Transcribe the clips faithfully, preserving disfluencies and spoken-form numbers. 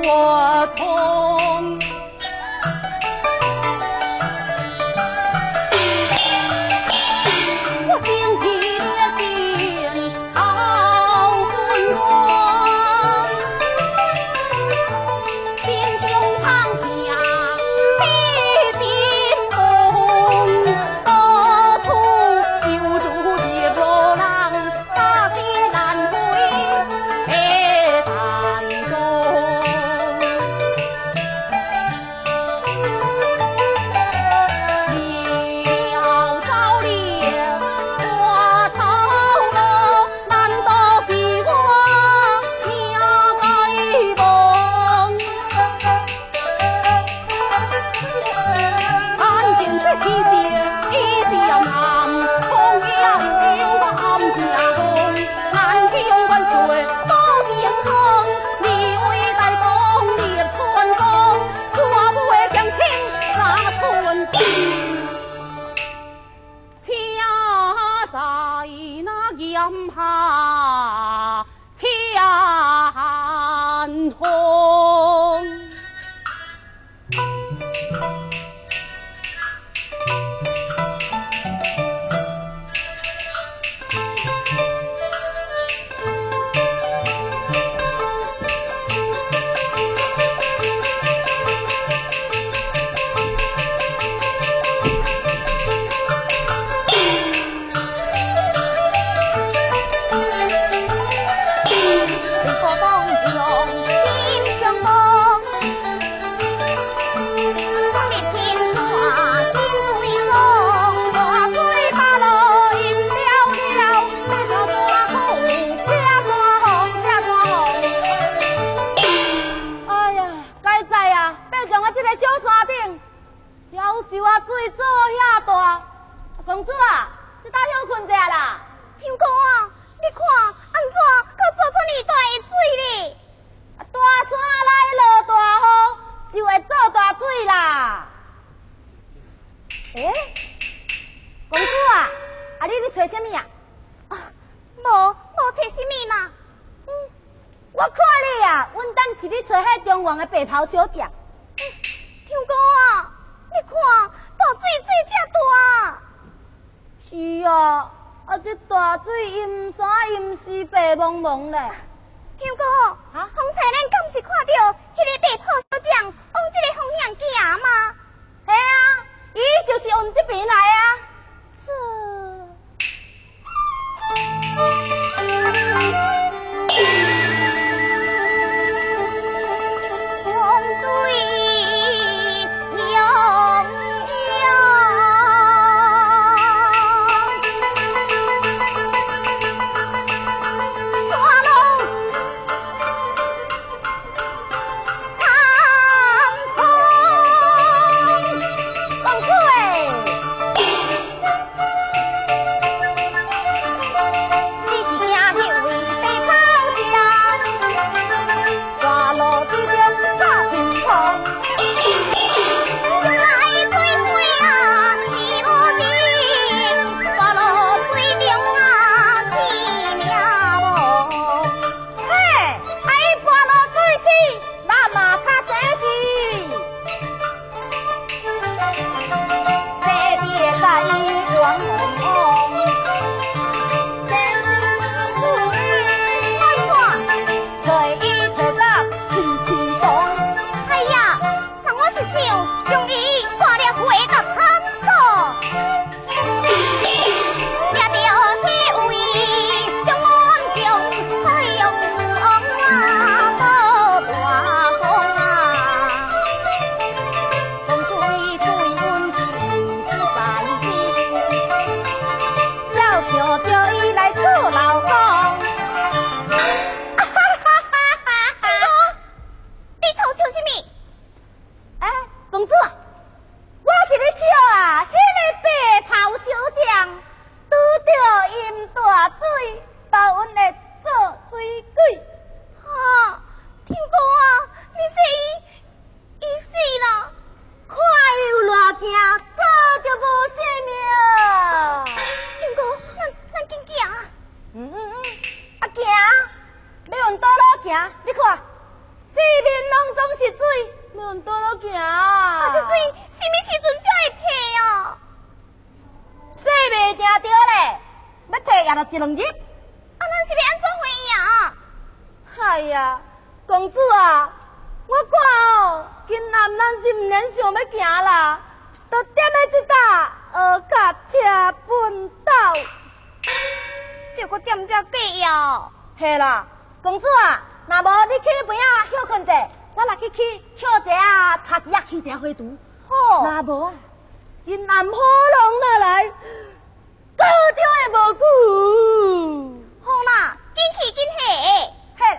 我痛。我定情也见好昏黄，心中苍天地定风，多处留住的罗浪，他心难归黑潭中。了朝烈花头落，难道是我命该亡？看见这天色已将暗，空要有暗家中，难将万岁多天横，你为在东列村中，我不会将亲杀村恰在那炎下天空。一个东江心相逢，风烈千花心为中，大水把路引了了，这条大红，这大红，这大红。哎呀，该在啊，爬上啊这个小山顶，夭寿啊水做遐大。公主啊，这搭休困者啦。 天哥啊，你看安怎搁做出你大的水哩？ 大山来落大雨，就会做大水啦。诶、公主啊，啊你咧找什么啊？ 啊，无无摕什么啦。 嗯，我看你啊，稳当是咧找迄中原的白袍小姐。 嗯，天哥啊，你看大水水遮大。 是啊，啊这大水阴山阴湿白蒙蒙咧。 天哥， 哈刚才咱敢是看到迄个白袍小将往这个方向行吗？ 嘿啊，伊就是往这边来啊。 这。风水扬扬，沙龙长空， 公主诶， 你是惊迄位白袍将， 花路之中插天空。 来对会啊，是无情，花路水中啊，是命无。 嘿，啊伊跋落水死，咱嘛较生气。这地甲伊冤枉枉，生死安怎？ 找伊找到亲亲房。 哎呀，但我是想将伊带了回到场所，掠着这位将安将海洋啊，到大风啊， 风水水运尽是在天，要求叫伊来做老公。 啊哈哈哈哈哈！你偷笑什么？ 哎，公主啊，我是咧笑啊，迄个白袍小将拄着淹大水，把阮会做水鬼。 哈，天哥啊，你说伊伊死了？ 看伊有偌惊，早就无性命。 天哥，咱咱紧行啊！ 嗯嗯嗯，啊行，要往倒路行，你看， 面拢总是水，轮倒落行。 啊，这水什么时阵才会退哦？ 洗袂定着咧，要退也着一两日。 啊，咱是要安怎回呀？ 哎呀，公主啊，我看哦，今暗咱是毋免想要行啦，就踮咧这搭学甲车本岛。 着搁踮遮过夜。 嘿啦，公主啊，若无你去边仔休困者，我来去去捡一下茶几仔起一下花烛。 好。 若无啊，因暗火龙落来，高中的无久。 好啦，紧去紧去。 嘿。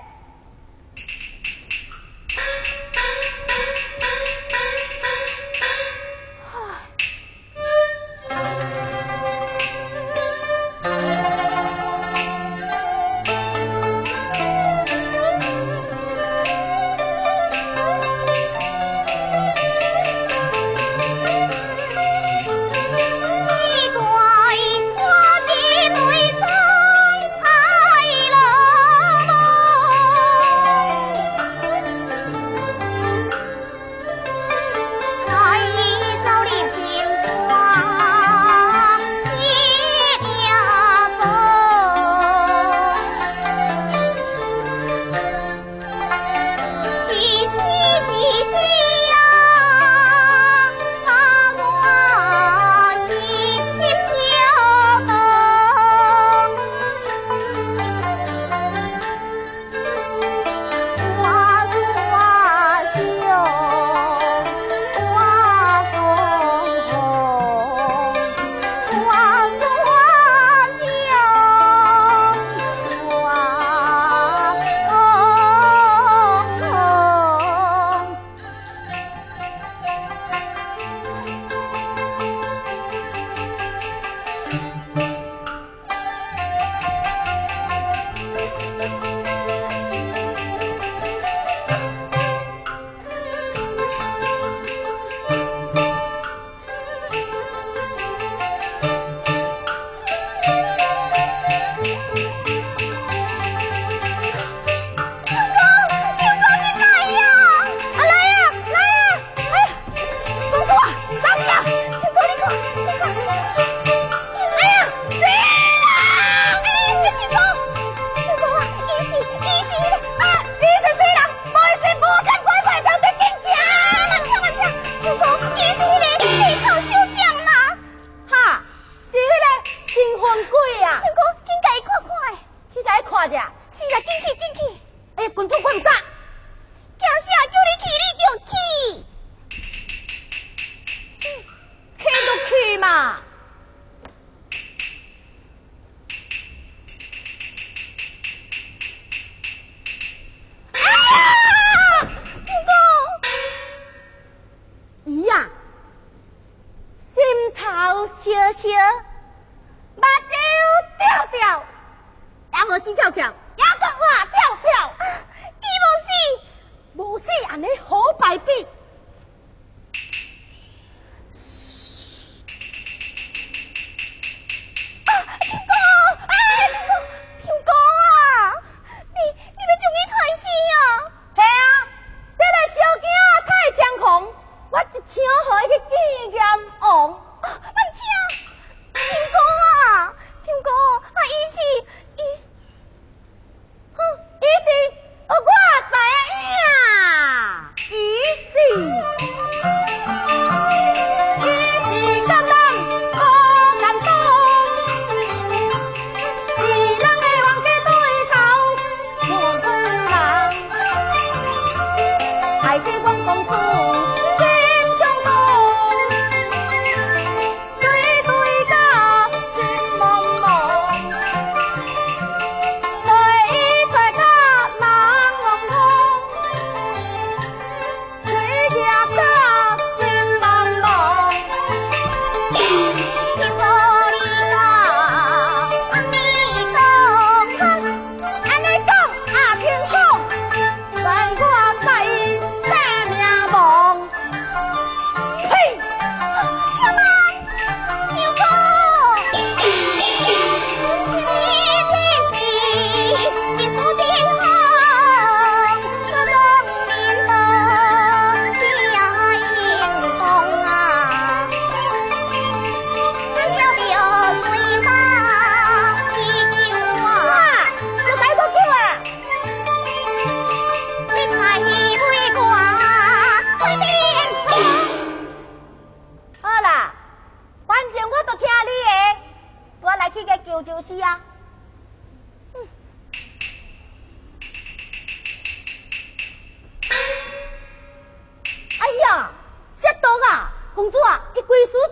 心跳跳，也讲话跳跳，伊无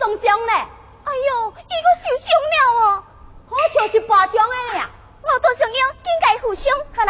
重伤呢？ 哎呦，伊个受伤了哦。 好像是拔伤的呀。 我多想了，应该负伤，下来。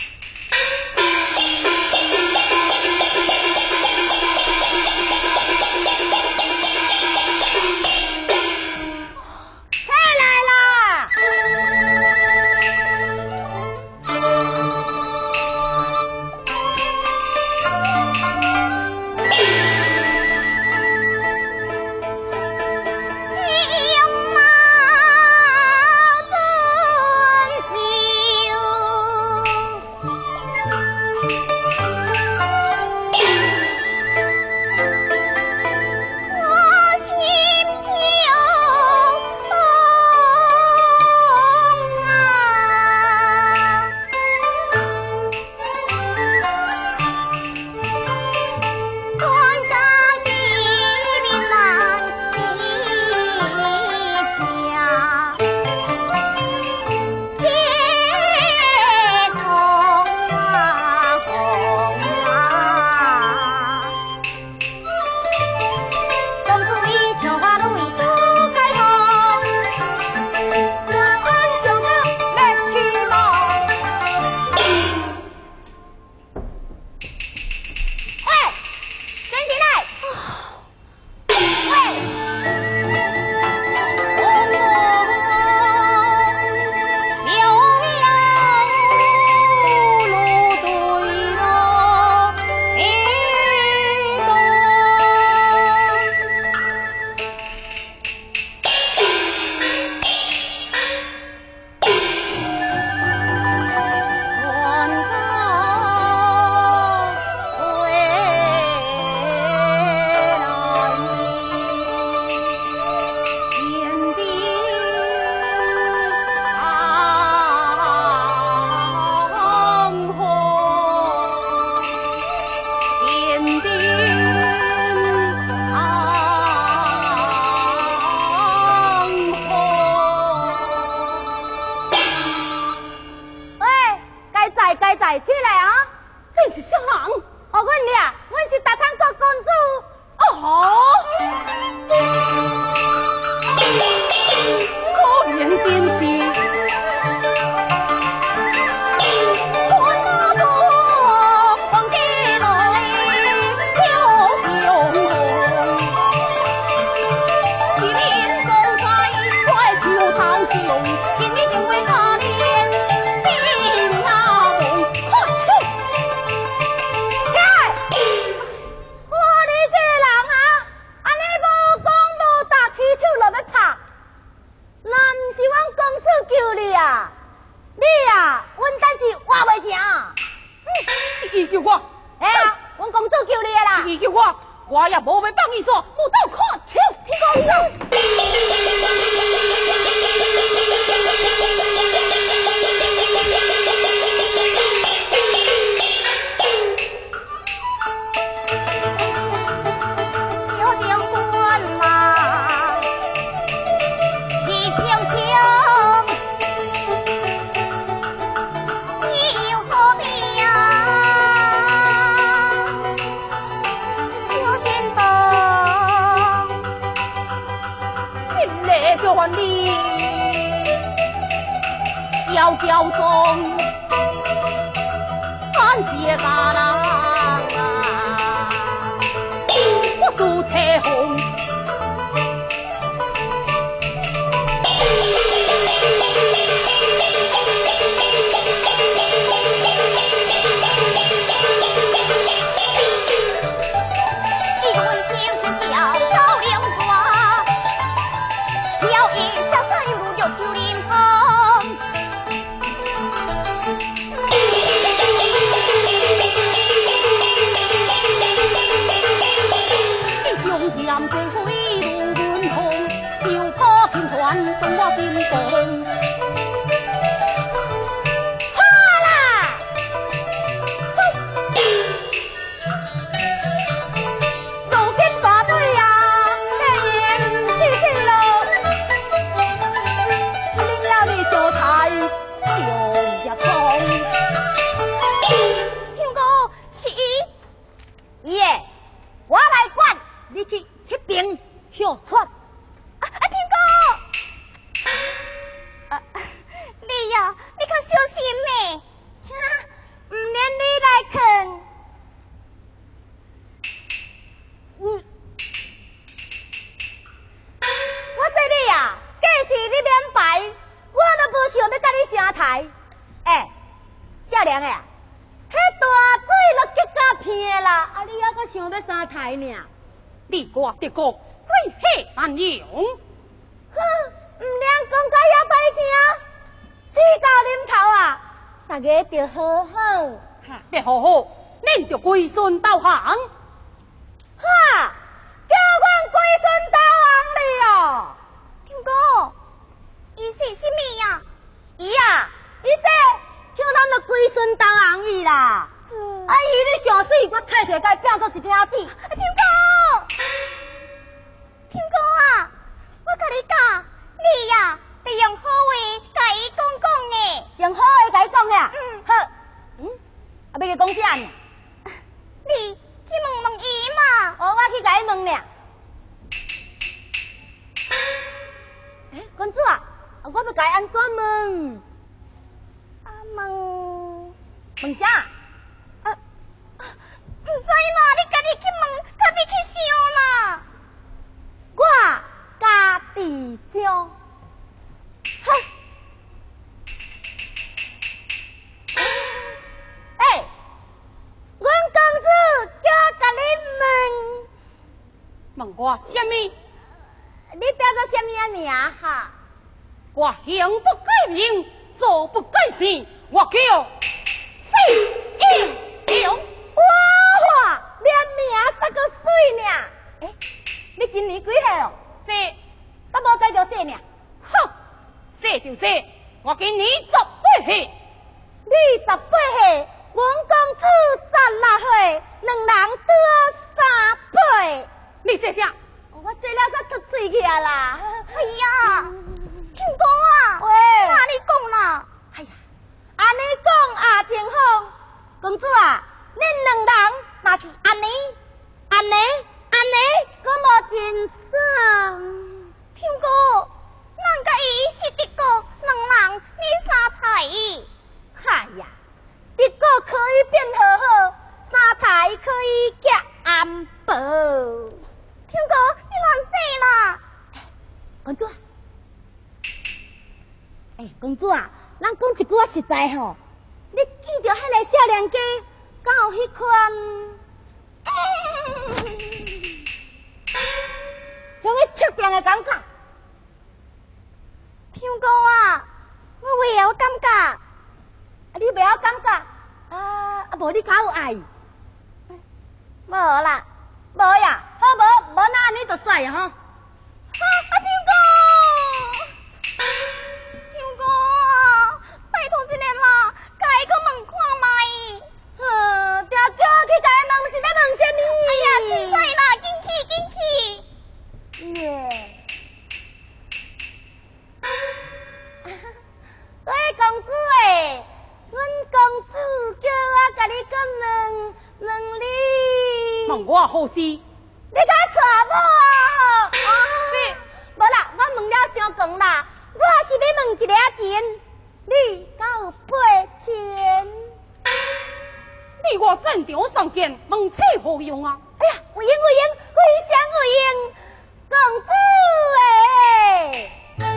我也无要放伊说，不到看笑，听讲走。 小将官嘛，一枪枪，你有何命？小仙灯， 今日就还你，要叫中，俺是家人啊，我是彩虹。 一棍青天条照亮花，摇一潇洒一路有九林旁。 偏啦，啊你还阁想要三台呢？ 你我的国最喜难用。 哼，唔良讲甲遐歹听，死到临头啊，大家着好好。 哈，别好好，恁着归顺导航。 哈，叫阮归顺导航哩哦。 天哥，伊是啥物呀？ 伊啊，伊说叫咱着归顺导航伊啦。 是。 啊伊你上水，我太岁该变做一条子。 天哥，天哥啊，我甲你讲，你呀，得用好话甲伊讲讲诶。 用好话甲伊讲呀。 嗯。 好。嗯。啊，要去讲啥呢？ 你去问问伊嘛。 哦，我去甲伊问俩。诶，公主啊，我要甲伊安怎问？ 啊问。 问啥？ 啊，唔知啦，你家己去问，家己去想啦。 我家己想。哈。哎，阮公主叫我甲你问， 问我什么？ 你叫做什么啊名哈？ 我行不改名，坐不改姓，我叫姓英雄。 哇，连名煞个水呢！诶，你今年几岁哦？ 这， 敢无再着说呢？ 哼，说就说，我今年十八岁。 你十八岁，阮公主十六岁，两人拄好三倍。 你说啥？ 我说了煞出嘴去啊啦！ 哎呀，天哥啊， 喂， 哪里讲啦？ 哎呀，安尼讲也真好。公主啊，恁两人若是安尼、安尼、安尼，阁无真爽。 天哥，咱甲伊是得过两人你三台。 哎呀，得过可以变好好，三台可以夹安保。 天哥，你乱说啦！ 公主啊，哎、欸，公主啊，咱讲一句话实在吼，你见着迄个少年家，敢有迄款，像迄触电的感觉？ 天哥啊，我袂晓感觉。 啊，你袂晓感觉？啊，啊，无你敢有爱？ 无啦。 无呀，好无，无那安尼就使啊吼。 啊，啊天哥，天哥啊，拜托一下嘛，甲伊去问看卖。 哼，就叫我去甲伊问，是要问什么？ 哎呀，凊彩啦，紧去紧去。 耶。喂，公主诶，阮公主叫我甲你去问问你。 问我好事？ 你甲娶某啊？是。无啦，我问了伤长啦，我是要问一个钱，你敢有配钱？ 你我战场上见，问此何用啊？ 哎呀，有用有用，非常有用，公主诶。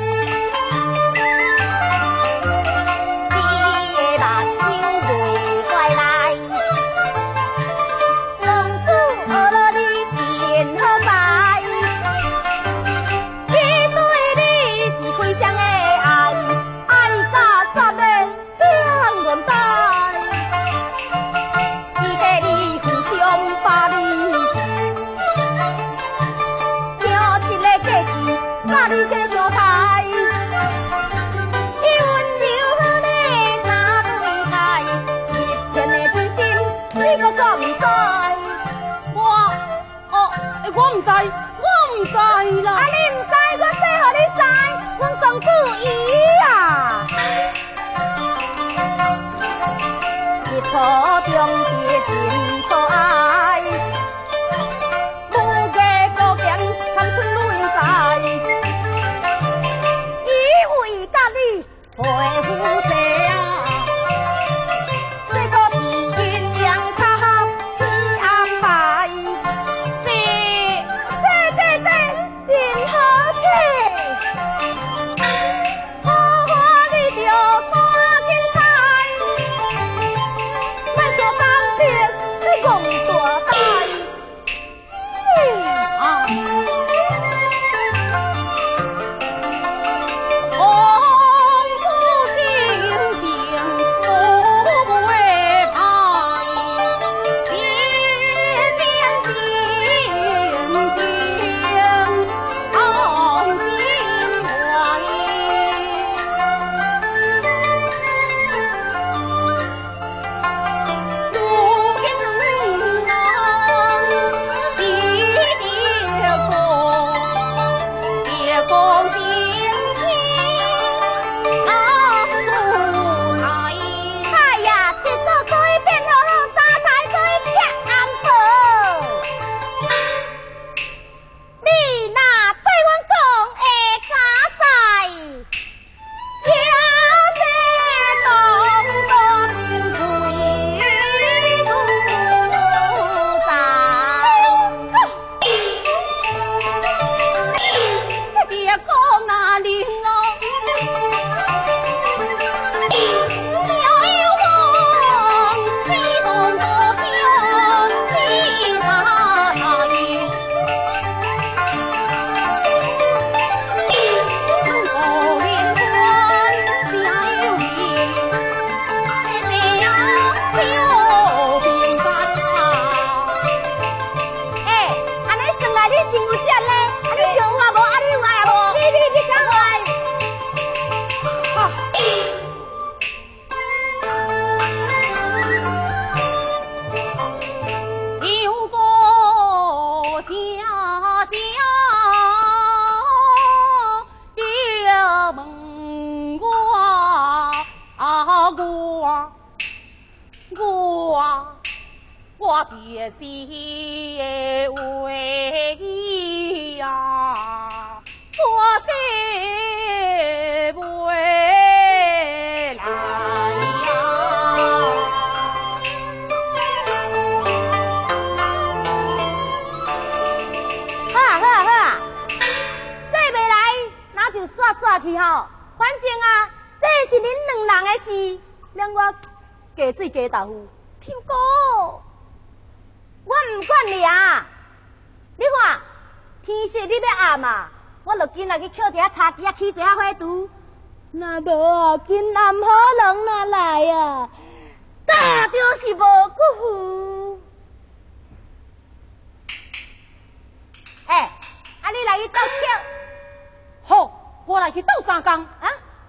我唔知，我唔知啦。 啊，你唔知，我说互你知，阮公主伊啊，一抱中的真可爱，母家高强，长春女在，伊为甲你陪夫妻啊。别我，我这是为伊呀，所写未来呀。 好啊好啊好啊，这未来那就煞煞去吼。反正啊，这是恁两人的事，免我加水加豆腐。 天哥， 我唔管你啊！你看，天色你要暗啊，我就紧来去捡一下茶几啊，起一下火烛。那无啊，今暗好人哪来啊？大就是无辜负。哎，啊你来去斗巧？ 好，我来去斗三工啊？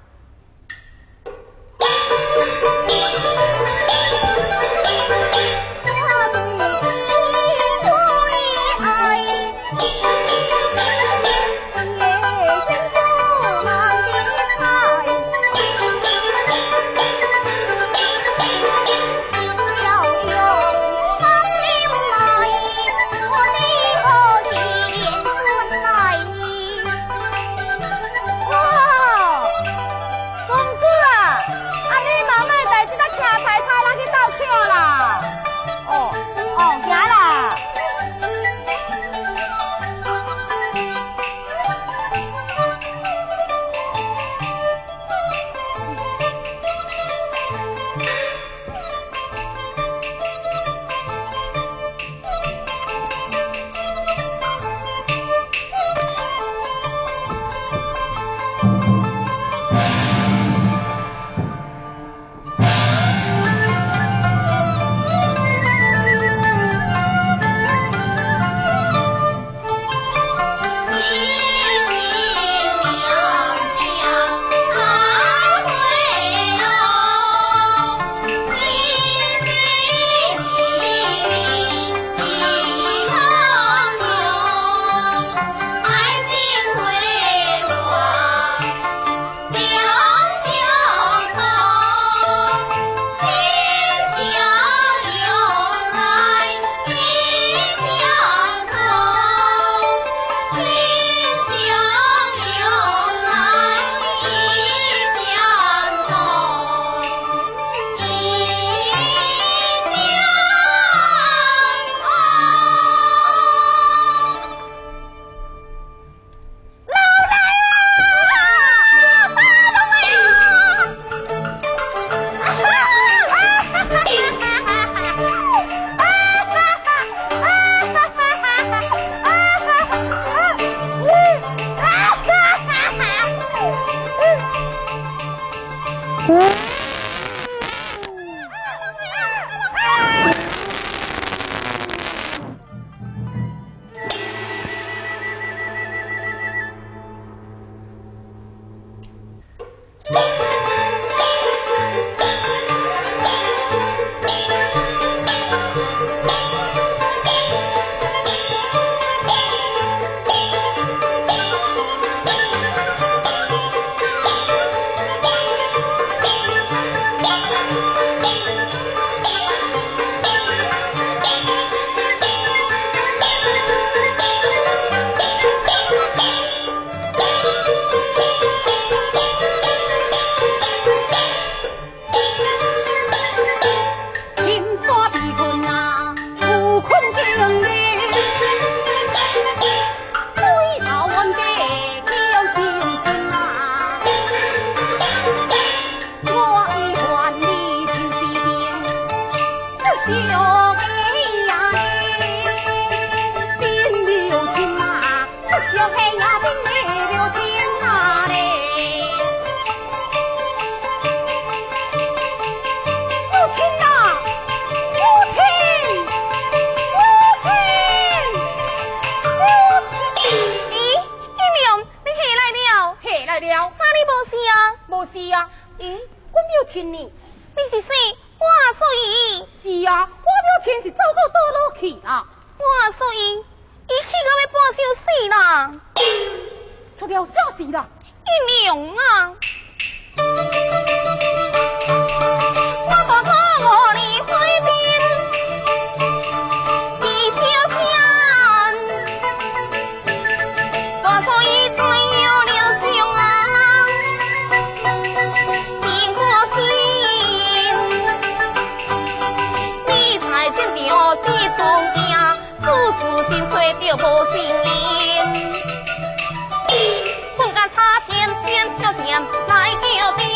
亲你， 你是说我所以？ 是啊，我表亲是走到倒落去啦。 我所以，伊去到要半晌死啦， 出了啥事啦？ 伊娘啊！我大哥我离开边。 来正着四重行，处处心碎着无心音。本间差天天叫店来叫店，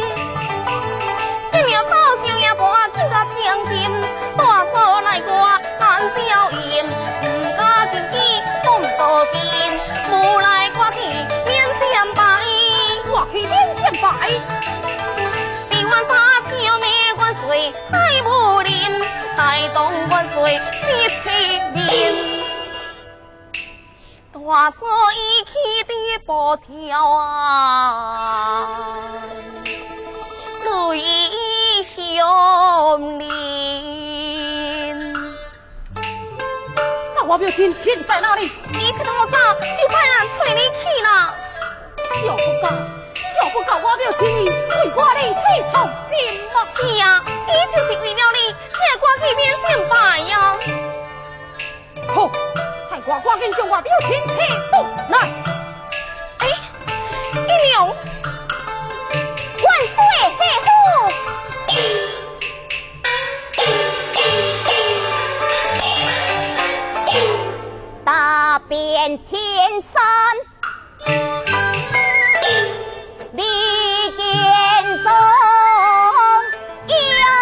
见了草上也半紧甲青金，大嫂来我难消音，唔敢进去讲道边，无来我去免先白， 我去免先白。 台湾花票咩万岁太无林，台东万岁七七面。大嫂伊起的步跳啊，泪相连。 那我表亲现在哪里？ 你去同我走，就派人催你去啦。 要不搞，要不搞我表亲，为我你最操心嘛。 是啊，伊就是为了你，才赶去免先拜呀。 好，太我赶紧将我表亲请倒来。 哎，姨娘， 万岁谢父。大遍千山，利剑中央。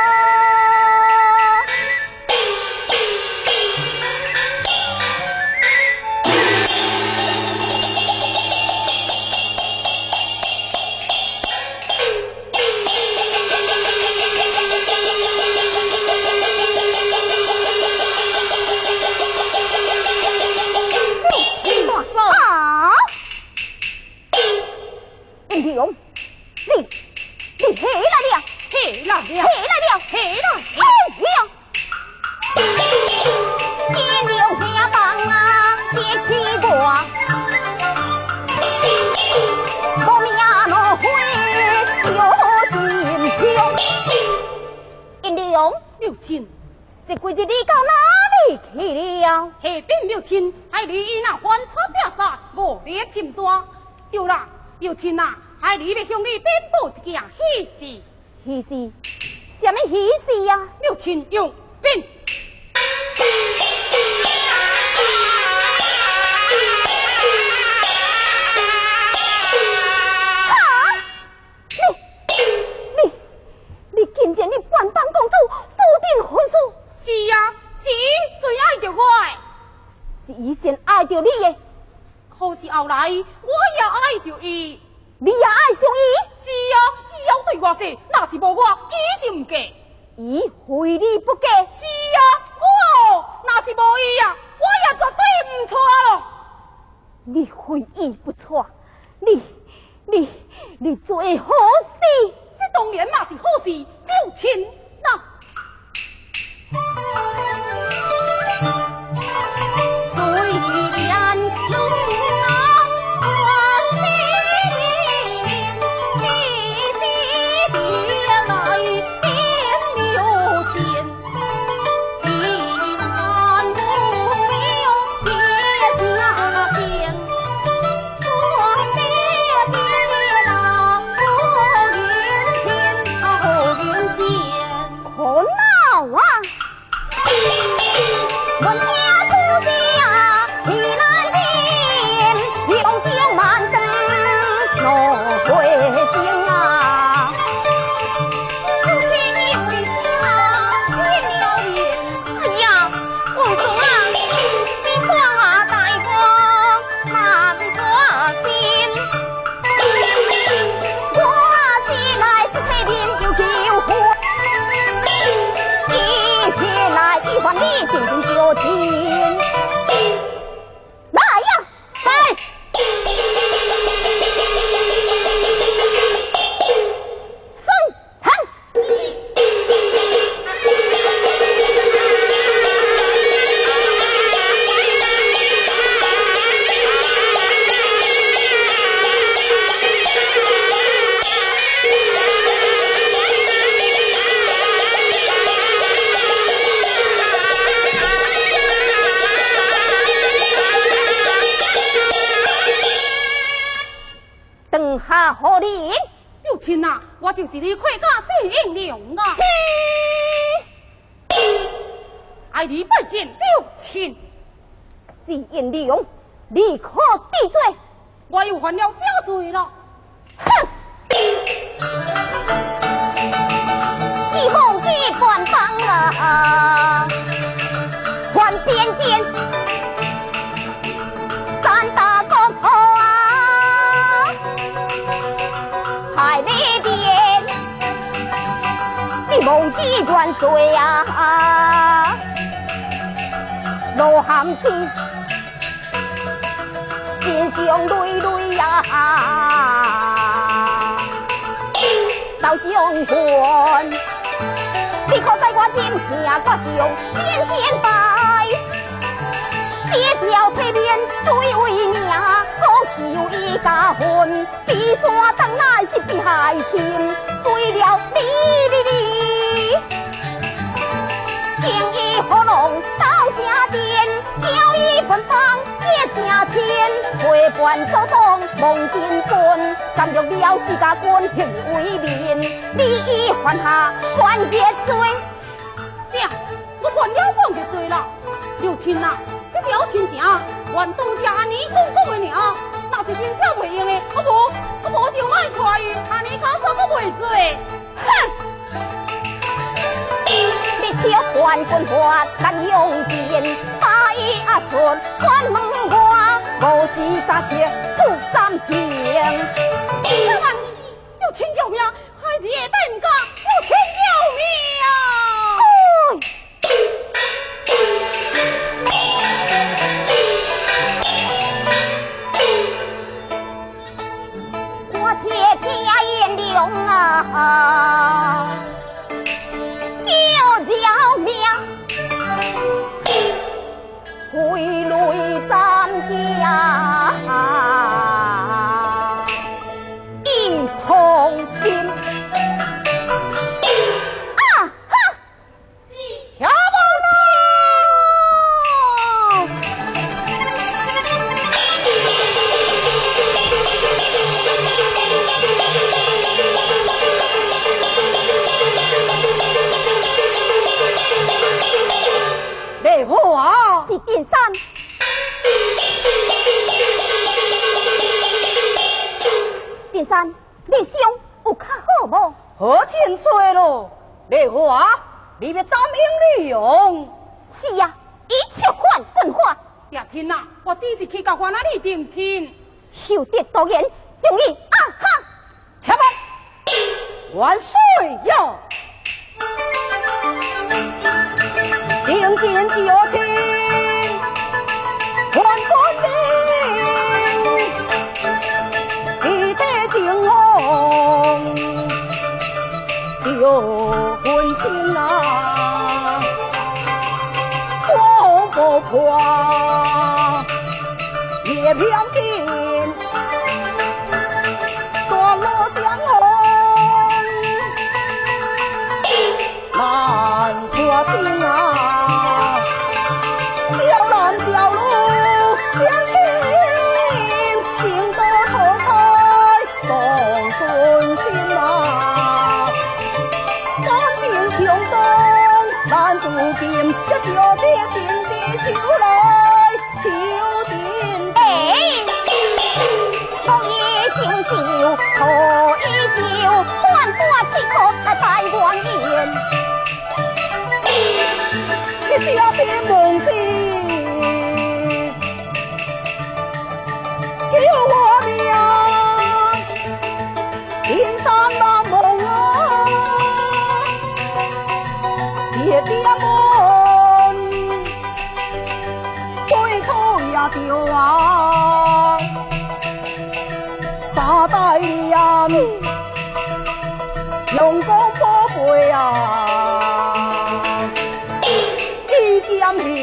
英雄，你你起来了， 起来了， 起来了， 起来了， 起了。天有下棒啊，别起我，我命落灰有心胸。英雄， 表亲， 这几日你到哪里去了？ 下边表亲，害你伊那翻车拼杀，无力침山。对啦，表亲啊，害你要向你禀报一件喜事。 喜事？什么喜事啊？ 表亲用禀。 今天你万邦公主锁定婚书。 是啊，是谁爱着我的？ 是伊先爱着你的。 可是后来我也爱着伊。 你也爱上伊？ 是啊，伊还对我说，若是无我，伊是唔嫁。 伊非你不嫁？ 是啊，我若是无伊啊，我也绝对唔娶咯。 你非伊不娶，你你你做好事。 这当然嘛是好事，表亲呐。 虽然路难关心，弟弟爹来点有钱，既然不留爹家边，我爹爹那不银钱好银钱，可恼啊！问家土家喜难见，用酒满灯落回京啊！如今你回家见了面， 哎呀，王叔啊，你看大我难抓心， 我是来是陪您有救火，一天来一还你定定就听。来呀，来！升堂。等下何人？ 表亲啊，我就是你亏家姓英良啊。 嘿代你拜见六亲。 是颜良，你可抵罪？ 我又犯了啥罪了？ 哼！你放弃官方啊，还边见三大国土啊，海里边你忘记万岁啊，罗汉天真相累累啊，到相还，你可在我心下我上千千拜，写条体面最为名，可求伊家恨，比山当乃是比海深，虽了你你你，情义何龙到正殿，交伊芬芳也正天，陪伴祖宗梦金尊，甘用了世家官凭为民，你已犯下犯劫罪。 啥？我犯了犯劫罪了？六亲啊，这条亲情原当是安尼讲讲的尔，若是真正袂用的，我无我无就卖带伊，安尼搞啥我袂做？ 哼！你小官官法敢用剑，把伊压出关门外，无时杀切出三平。 千万要请救命，孩子也本家要请救命啊！ 我铁家颜良啊，叫叫命，回泪三家一同心。啊哈！乔宝雷虎啊！ 是金山。金山，你伤有较好无？ 何钱做咯？雷虎啊！你要斩英利用？ 是啊，以切换棍法。 爹亲啊，我只是去甲关那里定亲。 受得多言，将伊啊哈！ 且慢，万岁呀！定见就亲，还官兵，记得敬红，丢婚亲啊，双不夸，也飘进，断落相红，难破心啊。小男小路相亲，情多错开送顺心啊。感情情中难渡边，这就得定地求来求定。 哎，梦夜情酒，错一酒，换断气口来拜王爷。 你小的梦是救我命，天上那梦啊，爹爹梦，归处也丢啊，三代人用功宝贝啊。大嫂，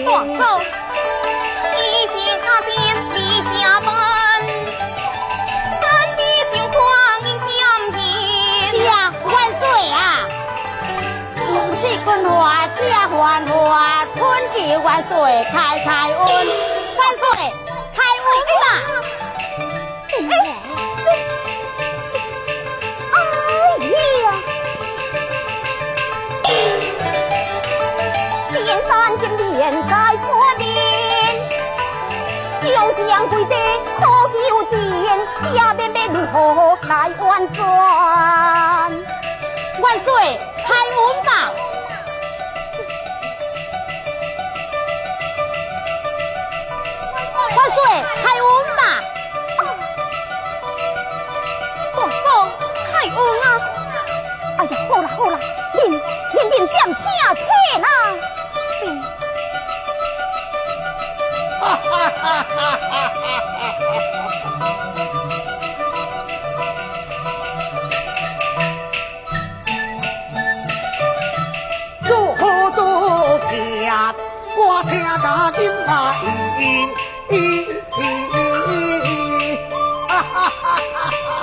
一心下边离家门，咱的情况应相见。 是啊，万岁啊！这君华家还华，春季万岁开开恩，万岁开恩吧！哎呀！天山金地。 现在可怜，就这样跪地可求见，也免免如何来完转。万岁，开恩吧！万岁，开恩吧！ 大嫂，开恩啊！ 哎呀，好啦好啦，恁恁恁点请客啦！是。 哈哈哈哈哈哈！做好做客，我听大金马伊伊伊，哈哈哈哈哈！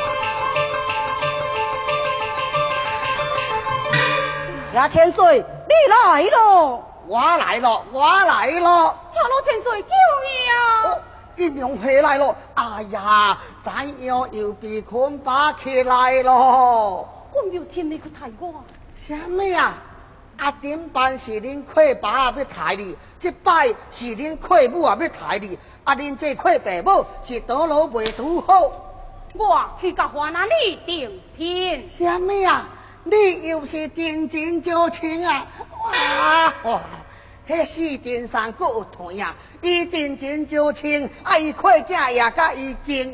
呀，千岁，你来咯！ 我来了，我来了。 跳楼千岁救命！ 哦，阴阳回来了。哎呀，怎样又被困把起来了？ 我没有请你去抬我。 什么呀？啊，顶班是恁阔爸要抬你，这摆是恁阔母啊要抬你。啊，恁这阔爸母是倒路袂拄好。 我去甲华南里定亲。 什么呀？你又是定情招亲啊！哇哇！迄四定山阁有团啊，伊定情招亲，啊伊阔囝也甲伊敬。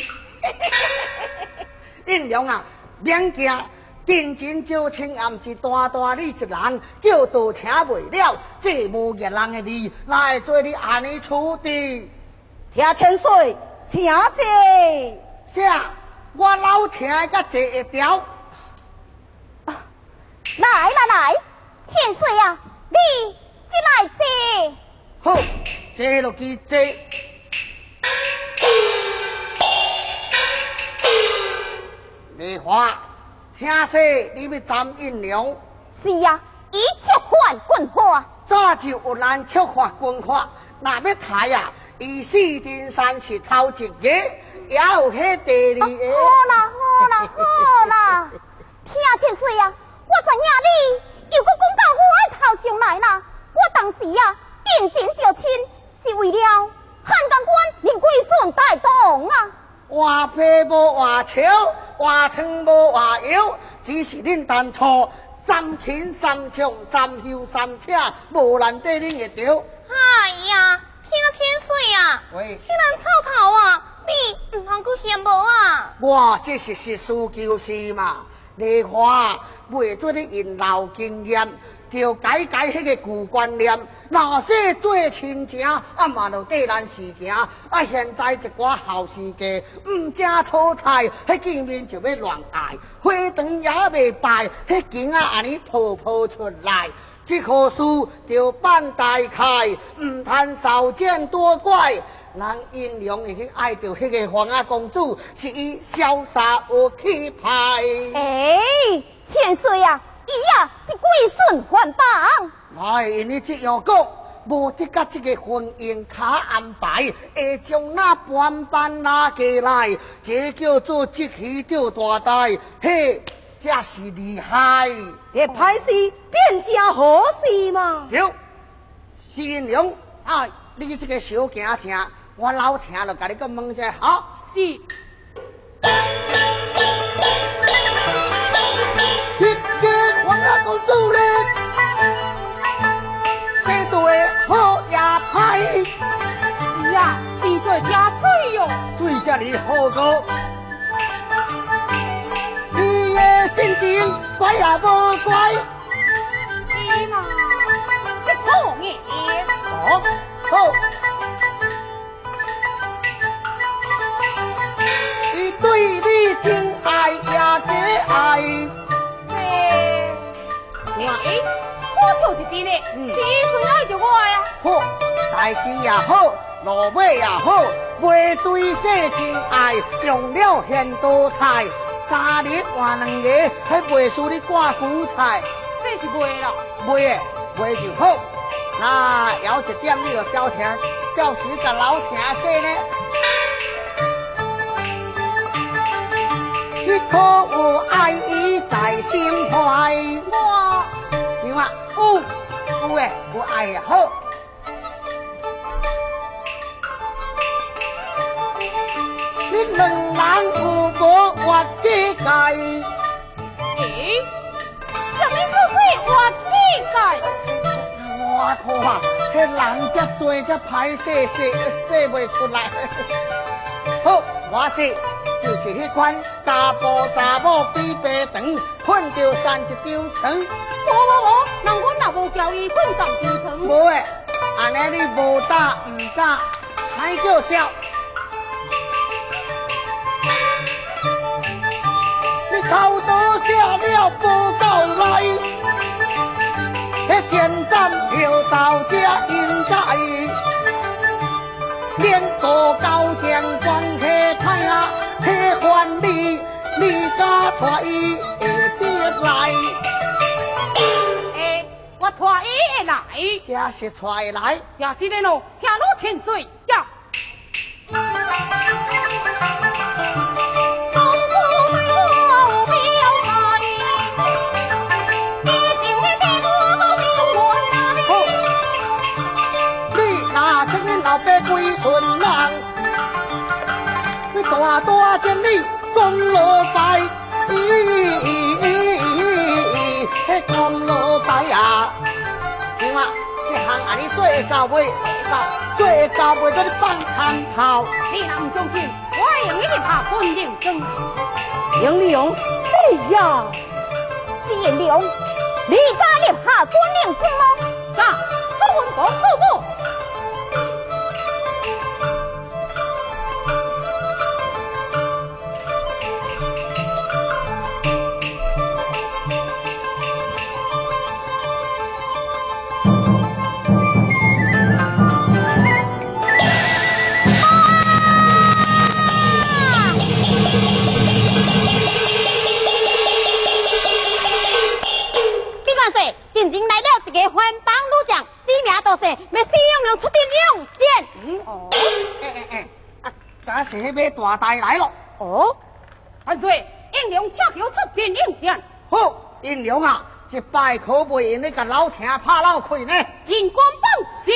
印良啊，免惊，定情招亲也毋是单单你一人，叫道请袂了，这无业人的你，哪会做你安尼处置？ 听千岁，请坐。 啥？我老听甲坐会条。 来来来，千岁啊，你进来坐。 好，坐落去坐。梨花，听说你要斩印良。 是啊，以切换棍化。 早就有人触发军法，若要抬啊，伊四丁山是头一个，也有迄第二个。 好啦好啦好啦，听千岁啊。我知影你又搁讲到我爱头上来啦，我当时啊定情招亲是为了汉江关令归顺大同啊。 话白无话笑，话汤无话油，只是恁当初三亲三唱三休三请，无难得恁会着。 哎呀，听千岁啊， 喂， 迄人臭头啊，你唔通去嫌无啊？ 我这是实事求是嘛。梨花为做你引老经验，就改改迄个旧观念。若说做亲情，啊嘛就对咱是行。啊，现在一寡后世家唔正炒菜，迄见面就要乱爱，花肠也未败，迄茎啊安尼泡泡出来。这棵树就办大开，唔贪少见多怪。人阴良会去爱着迄个皇阿公主，是伊潇洒有气派。 哎，千岁啊，伊啊是归顺还帮。 来，因你这样讲，无得甲这个婚姻卡安排，会将那半班拉过来，这叫做积气钓大带，嘿，这是厉害。 这歹事变成好事嘛。 对，新良，哎，你这个小行正。我老听了，甲你个问者好。 是。 这个皇阿公主呢，生对好也歹。 呀，是做假水哟。 水这里好个，伊的心情乖也无乖。 伊嘛，这好嘢。 好，好。对你真爱也假爱， 嘿，哎，我就是真的， 嗯， 是谁爱着我呀？ 好，大声也好，落尾也好，袂对说真爱，用了现多态，三日换两个，还袂输你挂韭菜。 这是袂啦， 袂的，袂就好。那有一点你就交听，照时甲老听说呢。你可有爱意在心怀？ 我怎啊？ 有有诶，有爱也好。 计界。 诶，什么叫做活计界？ 我看迄人遮多，遮歹势势说袂出来。好，我说就是迄款查甫查某比白长，混着干一张床。 无无无，人阮也无叫伊混干张床。 无诶，安尼你无打毋敢，歹叫笑。你口刀写了报告来，迄先斩票造者应该，连个高将关系歹啊，替还你，你敢带伊会得来？ 诶，我带伊会来， 这是带来， 正是的咯，听路千岁，走。 老爸归顺人，你大大将你讲落摆，迄讲落摆啊！怎啊？这行安尼做会到袂？做会到袂？做你放空头。 你若唔相信，我用你去拍本领灯。 杨丽荣，哎呀，李丽荣，你敢立下本领灯吗？ 噶，出文讲错不？ 进前来了一个番邦女将，知名道姓，要使用人出阵用剑。 嗯哦，哎哎哎，啊，假是迄尾大台来咯。 哦， 万岁，应龙请求出阵应战。 好，应龙啊，一摆可袂用你甲老兄拍老开呢。 金光棒是。